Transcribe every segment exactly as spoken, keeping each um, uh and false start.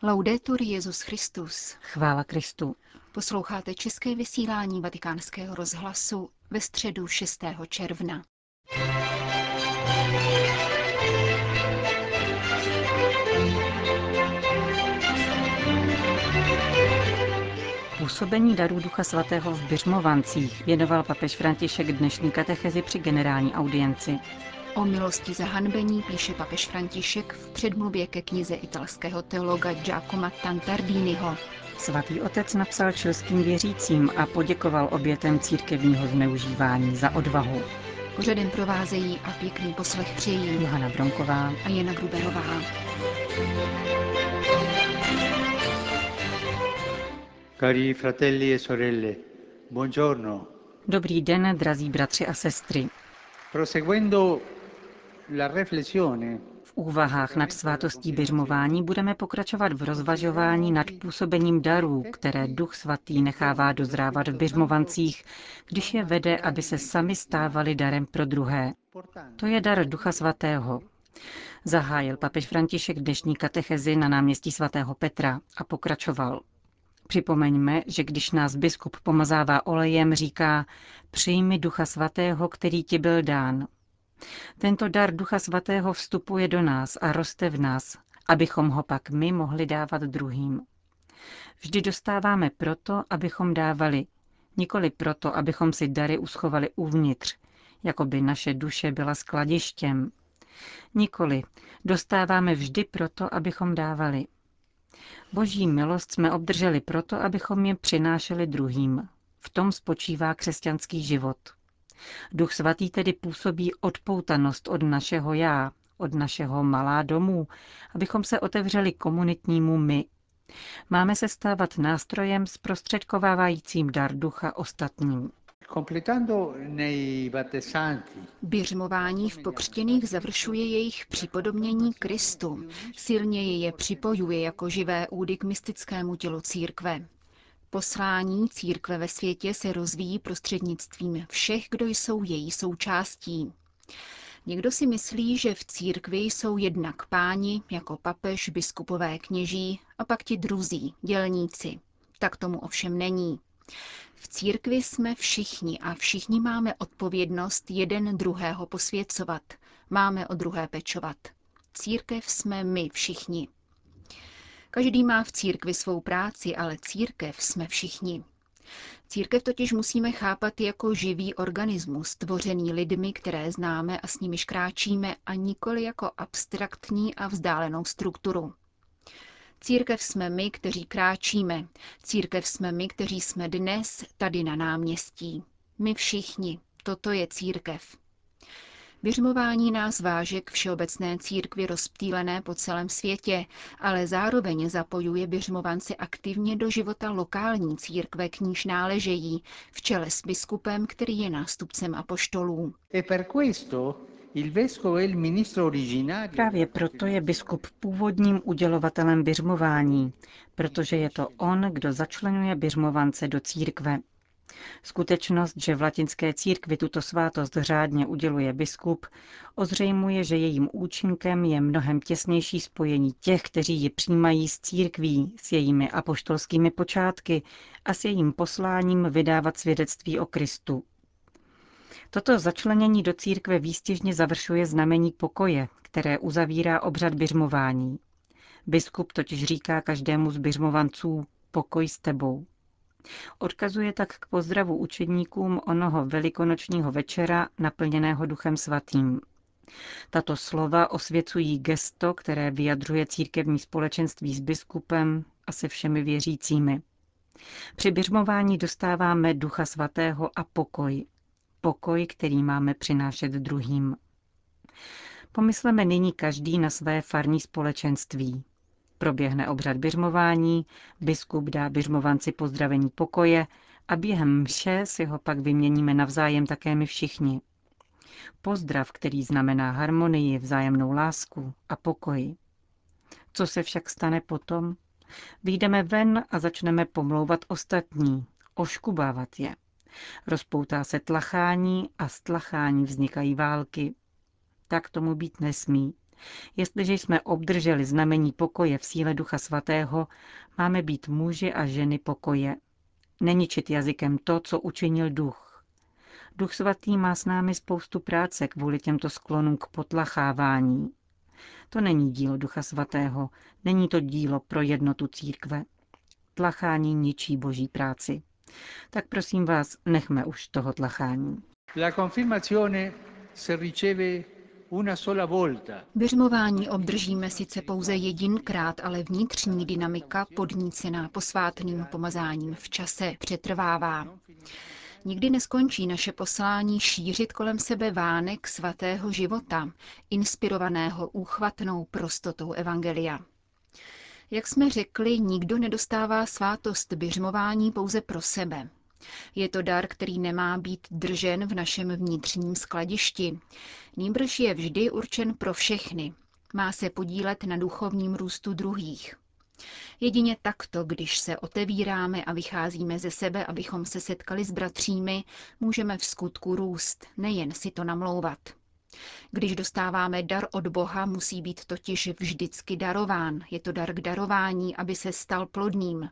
Laudetur Jesus Christus. Chvála Kristu. Posloucháte české vysílání Vatikánského rozhlasu ve středu šestého června. Působení darů Ducha Svatého v Biřmovancích věnoval papež František dnešní katechezi při generální audienci. O milosti zahanbení píše papež František v předmluvě ke knize italského teologa Giacomo Tantardiniho. Svatý otec napsal chilským věřícím a poděkoval obětem církevního zneužívání za odvahu. Pořadem provázejí a pěkný poslech přejí Johana Bronková a Jana Gruberová. Cari fratelli e sorelle, buongiorno. Dobrý den, drazí bratři a sestry. Proseguendo la riflessione. V úvahách nad svátostí biřmování budeme pokračovat v rozvažování nad působením darů, které Duch Svatý nechává dozrávat v biřmovancích, když je vede, aby se sami stávali darem pro druhé. To je dar Ducha Svatého. Zahájil papež František dnešní katechezi na náměstí svatého Petra a pokračoval. Připomeňme, že když nás biskup pomazává olejem, říká: přijmi Ducha Svatého, který ti byl dán. Tento dar Ducha Svatého vstupuje do nás a roste v nás, abychom ho pak my mohli dávat druhým. Vždy dostáváme proto, abychom dávali, nikoli proto, abychom si dary uschovali uvnitř, jako by naše duše byla skladištěm. Nikoli, dostáváme vždy proto, abychom dávali. Boží milost jsme obdrželi proto, abychom je přinášeli druhým. V tom spočívá křesťanský život. Duch Svatý tedy působí odpoutanost od našeho já, od našeho malá domů, abychom se otevřeli komunitnímu my. Máme se stávat nástrojem zprostředkovávajícím dar ducha ostatním. Biřmování v pokřtěných završuje jejich připodobnění Kristu. Silněji je připojuje jako živé údy k mystickému tělu církve. Poslání církve ve světě se rozvíjí prostřednictvím všech, kdo jsou její součástí. Někdo si myslí, že v církvi jsou jednak páni, jako papež, biskupové, kněží, a pak ti druzí, dělníci. Tak tomu ovšem není. V církvi jsme všichni a všichni máme odpovědnost jeden druhého posvěcovat. Máme o druhé pečovat. Církev jsme my všichni. Každý má v církvi svou práci, ale církev jsme všichni. Církev totiž musíme chápat jako živý organismus, tvořený lidmi, které známe a s nimiž kráčíme, a nikoli jako abstraktní a vzdálenou strukturu. Církev jsme my, kteří kráčíme. Církev jsme my, kteří jsme dnes tady na náměstí. My všichni. Toto je církev. Biřmování nás váže k všeobecné církvi rozptýlené po celém světě, ale zároveň zapojuje biřmovance aktivně do života lokální církve, k níž náležejí, v čele s biskupem, který je nástupcem apoštolů. Právě proto je biskup původním udělovatelem biřmování, protože je to on, kdo začleňuje biřmovance do církve. Skutečnost, že v latinské církvi tuto svátost řádně uděluje biskup, ozřejmuje, že jejím účinkem je mnohem těsnější spojení těch, kteří ji přijímají s církví, s jejími apoštolskými počátky a s jejím posláním vydávat svědectví o Kristu. Toto začlenění do církve výstižně završuje znamení pokoje, které uzavírá obřad biřmování. Biskup totiž říká každému z biřmovanců: pokoj s tebou. Odkazuje tak k pozdravu učedníkům onoho velikonočního večera naplněného Duchem Svatým. Tato slova osvěcují gesto, které vyjadřuje církevní společenství s biskupem a se všemi věřícími. Při biřmování dostáváme Ducha Svatého a pokoj. Pokoj, který máme přinášet druhým. Pomysleme nyní každý na své farní společenství. Proběhne obřad biřmování, biskup dá biřmovanci pozdravení pokoje a během mše si ho pak vyměníme navzájem také my všichni. Pozdrav, který znamená harmonii, vzájemnou lásku a pokoj. Co se však stane potom? Vyjdeme ven a začneme pomlouvat ostatní, oškubávat je. Rozpoutá se tlachání a z tlachání vznikají války. Tak tomu být nesmí. Jestliže jsme obdrželi znamení pokoje v síle Ducha Svatého, máme být muži a ženy pokoje. Neničit jazykem to, co učinil Duch. Duch Svatý má s námi spoustu práce kvůli těmto sklonům k potlachávání. To není dílo Ducha Svatého, není to dílo pro jednotu církve. Tlachání ničí Boží práci. Tak prosím vás, nechme už toho tlachání. La confirmazione se riceve una sola volta. Biřmování obdržíme sice pouze jedinkrát, ale vnitřní dynamika, podnícená posvátným pomazáním v čase, přetrvává. Nikdy neskončí naše poslání šířit kolem sebe vánek svatého života, inspirovaného úchvatnou prostotou evangelia. Jak jsme řekli, nikdo nedostává svátost biřmování pouze pro sebe. Je to dar, který nemá být držen v našem vnitřním skladišti. Nýbrž je vždy určen pro všechny. Má se podílet na duchovním růstu druhých. Jedině takto, když se otevíráme a vycházíme ze sebe, abychom se setkali s bratřími, můžeme v skutku růst, nejen si to namlouvat. Když dostáváme dar od Boha, musí být totiž vždycky darován. Je to dar k darování, aby se stal plodným.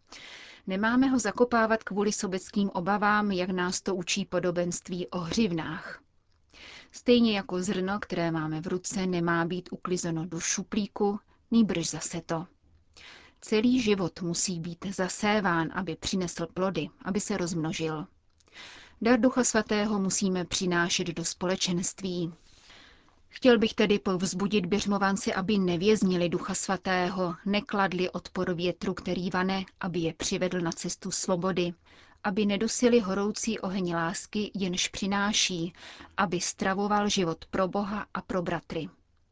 Nemáme ho zakopávat kvůli sobeckým obavám, jak nás to učí podobenství o hřivnách. Stejně jako zrno, které máme v ruce, nemá být uklizeno do šuplíku, nýbrž zase to. Celý život musí být zaséván, aby přinesl plody, aby se rozmnožil. Dar Ducha Svatého musíme přinášet do společenství. Chtěl bych tedy povzbudit biřmovance, aby nevěznili Ducha Svatého, nekladli odpor větru, který vane, aby je přivedl na cestu svobody, aby nedosili horoucí oheň lásky, jenž přináší, aby stravoval život pro Boha a pro bratry.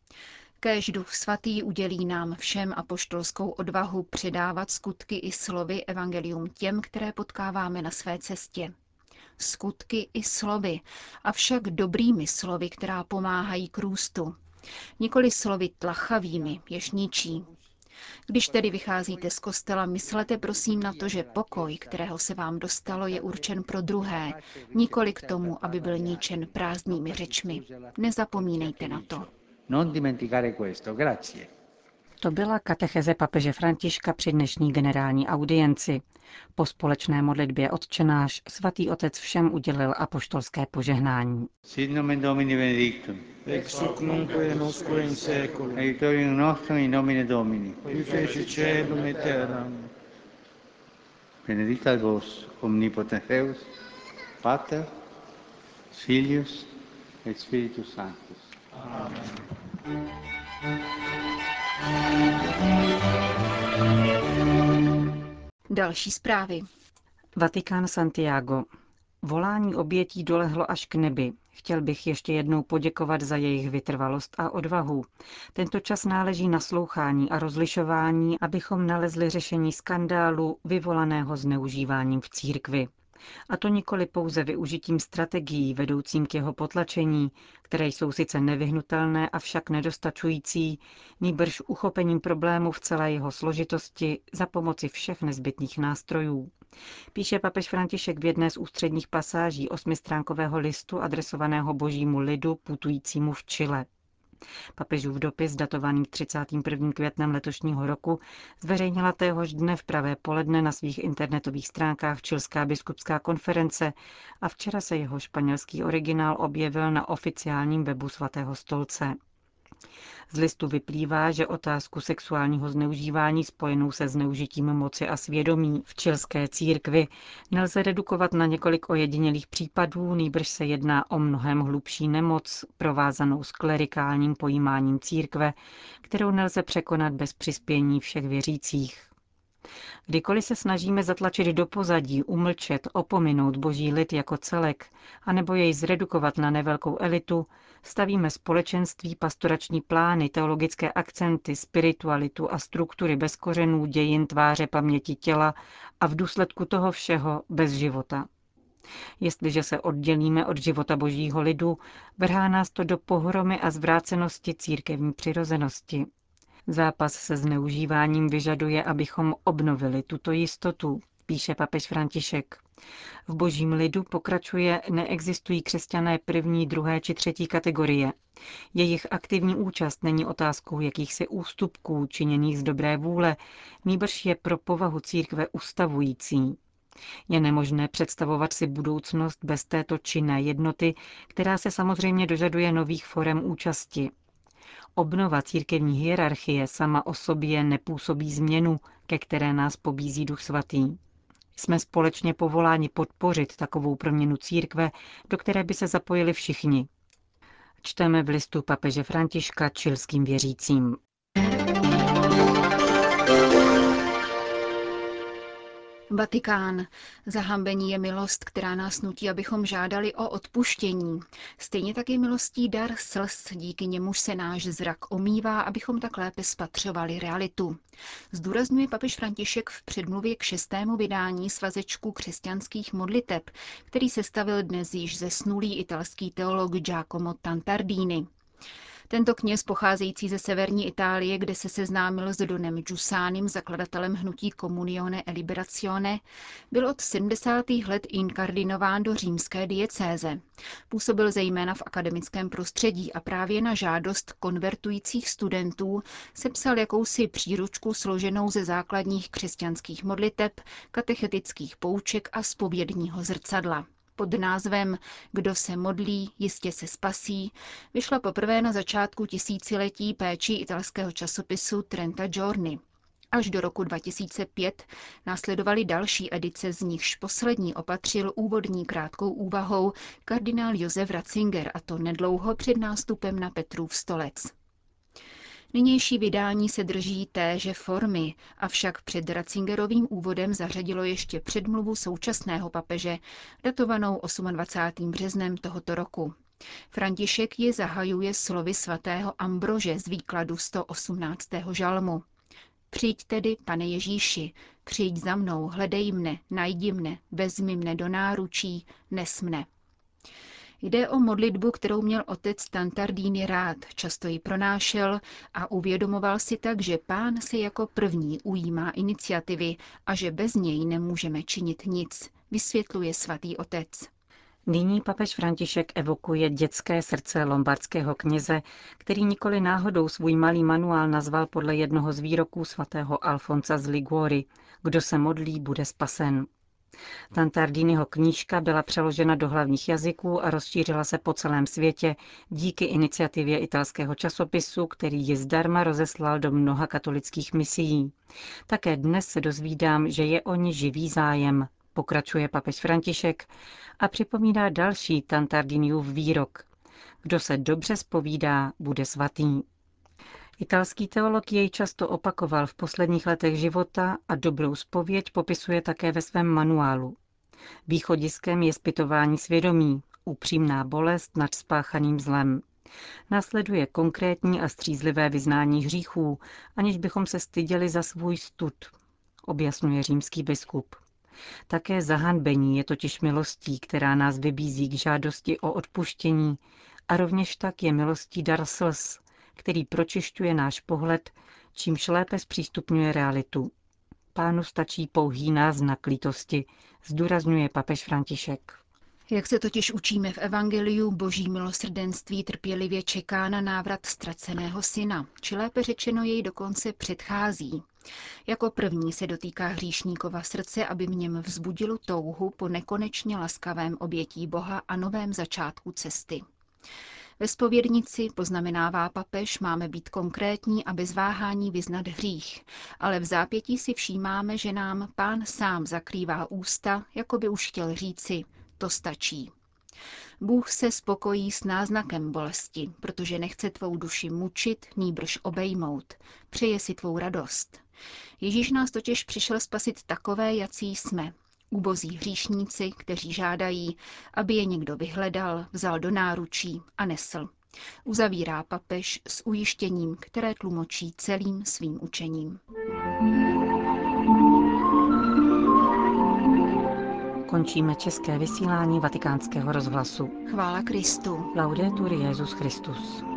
Kéž Duch Svatý udělí nám všem apoštolskou odvahu předávat skutky i slovy evangelium těm, které potkáváme na své cestě. Skutky i slovy, avšak dobrými slovy, která pomáhají k růstu. Nikoli slovy tlachavými, jež ničí. Když tedy vycházíte z kostela, myslete prosím na to, že pokoj, kterého se vám dostalo, je určen pro druhé, nikoli k tomu, aby byl ničen prázdnými řečmi. Nezapomínejte na to. Non dimenticare questo. Grazie. To byla katecheze papeže Františka při dnešní generální audienci. Po společné modlitbě Otčenáš svatý otec všem udělil apoštolské požehnání. Sit nomen Domini benedictum. Ex hoc nunc et usque in seculum. Aiutorium nostrum in nomine Domini. Qui feci caelum et terram. Benedicta vos omnipotens Deus, Pater, Filius et Spiritus Sanctus. Další zprávy. Vatikán Santiago. Volání obětí dolehlo až k nebi. Chtěl bych ještě jednou poděkovat za jejich vytrvalost a odvahu. Tento čas náleží naslouchání a rozlišování, abychom nalezli řešení skandálu vyvolaného zneužíváním v církvi. A to nikoli pouze využitím strategií vedoucím k jeho potlačení, které jsou sice nevyhnutelné, avšak nedostačující, nýbrž uchopením problému v celé jeho složitosti za pomoci všech nezbytných nástrojů. Píše papež František v jedné z ústředních pasáží osmistránkového listu adresovaného božímu lidu putujícímu v Chile. Papežův dopis, datovaný třicátým prvním květnem letošního roku, zveřejnila téhož dne v pravé poledne na svých internetových stránkách Chilská biskupská konference a včera se jeho španělský originál objevil na oficiálním webu Svatého stolce. Z listu vyplývá, že otázku sexuálního zneužívání spojenou se zneužitím moci a svědomí v chilské církvi nelze redukovat na několik ojedinělých případů, nýbrž se jedná o mnohem hlubší nemoc, provázanou s klerikálním pojímáním církve, kterou nelze překonat bez přispění všech věřících. Kdykoliv se snažíme zatlačit do pozadí, umlčet, opominout boží lid jako celek, anebo jej zredukovat na nevelkou elitu, stavíme společenství, pastorační plány, teologické akcenty, spiritualitu a struktury bez kořenů, dějin, tváře, paměti těla a v důsledku toho všeho bez života. Jestliže se oddělíme od života božího lidu, vrhá nás to do pohromy a zvrácenosti církevní přirozenosti. Zápas se zneužíváním vyžaduje, abychom obnovili tuto jistotu, píše papež František. V božím lidu, pokračuje, neexistují křesťané první, druhé či třetí kategorie. Jejich aktivní účast není otázkou jakýchsi ústupků činěných z dobré vůle, nýbrž je pro povahu církve ustavující. Je nemožné představovat si budoucnost bez této činné jednoty, která se samozřejmě dožaduje nových forem účasti. Obnova církevní hierarchie sama o sobě nepůsobí změnu, ke které nás pobízí Duch Svatý. Jsme společně povoláni podpořit takovou proměnu církve, do které by se zapojili všichni. Čteme v listu papeže Františka chilským věřícím. Vatikán. Zahambení je milost, která nás nutí, abychom žádali o odpuštění. Stejně tak je milostí dar slz, díky němuž se náš zrak omývá, abychom tak lépe spatřovali realitu. Zdůrazňuje papež František v předmluvě k šestému vydání svazečku křesťanských modliteb, který sestavil dnes již zesnulý italský teolog Giacomo Tantardini. Tento kněz, pocházející ze severní Itálie, kde se seznámil s Donem Giussánim, zakladatelem hnutí Comunione e Liberazione, byl od sedmdesátých let inkardinován do římské diecéze. Působil zejména v akademickém prostředí a právě na žádost konvertujících studentů sepsal jakousi příručku složenou ze základních křesťanských modliteb, katechetických pouček a zpovědního zrcadla. Pod názvem Kdo se modlí, jistě se spasí, vyšla poprvé na začátku tisíciletí péčí italského časopisu Trenta Giorni. Až do roku dva tisíce pět následovaly další edice, z nichž poslední opatřil úvodní krátkou úvahou kardinál Josef Ratzinger, a to nedlouho před nástupem na Petrův stolec. Nynější vydání se drží téže formy, avšak před Ratzingerovým úvodem zařadilo ještě předmluvu současného papeže, datovanou dvacátým osmým březnem tohoto roku. František ji zahajuje slovy svatého Ambrože z výkladu sto osmnáctého žalmu. Přijď tedy, Pane Ježíši, přijď za mnou, hledej mne, najdi mne, vezmi mne do náručí, nes mne. Jde o modlitbu, kterou měl otec Tantardini rád, často ji pronášel a uvědomoval si tak, že Pán se jako první ujímá iniciativy a že bez něj nemůžeme činit nic, vysvětluje svatý otec. Nyní papež František evokuje dětské srdce lombardského kněze, který nikoli náhodou svůj malý manuál nazval podle jednoho z výroků svatého Alfonsa z Liguori: Kdo se modlí, bude spasen. Tantardiniho knížka byla přeložena do hlavních jazyků a rozšířila se po celém světě díky iniciativě italského časopisu, který ji zdarma rozeslal do mnoha katolických misií. Také dnes se dozvídám, že je o ní živý zájem, pokračuje papež František a připomíná další Tantardiniův výrok: Kdo se dobře zpovídá, bude svatý. Italský teolog jej často opakoval v posledních letech života a dobrou zpověď popisuje také ve svém manuálu. Východiskem je zpytování svědomí, upřímná bolest nad spáchaným zlem. Následuje konkrétní a střízlivé vyznání hříchů, aniž bychom se styděli za svůj stud, objasňuje římský biskup. Také zahanbení je totiž milostí, která nás vybízí k žádosti o odpuštění, a rovněž tak je milostí dar slz, který pročišťuje náš pohled, čímž lépe zpřístupňuje realitu. Pánu stačí pouhý náznak lítosti, zdůrazňuje papež František. Jak se totiž učíme v evangeliu, boží milosrdenství trpělivě čeká na návrat ztraceného syna, či lépe řečeno jej dokonce předchází. Jako první se dotýká hříšníkova srdce, aby v něm vzbudilo touhu po nekonečně laskavém obětí Boha a novém začátku cesty. Ve zpovědnici, poznamenává papež, máme být konkrétní a bez váhání vyznat hřích, ale v zápětí si všímáme, že nám Pán sám zakrývá ústa, jako by už chtěl říci, to stačí. Bůh se spokojí s náznakem bolesti, protože nechce tvou duši mučit, nýbrž obejmout. Přeje si tvou radost. Ježíš nás totiž přišel spasit takové, jací jsme. Ubozí hříšníci, kteří žádají, aby je někdo vyhledal, vzal do náručí a nesl. Uzavírá papež s ujištěním, které tlumočí celým svým učením. Končíme české vysílání Vatikánského rozhlasu. Chvála Kristu. Laudetur Jesus Christus.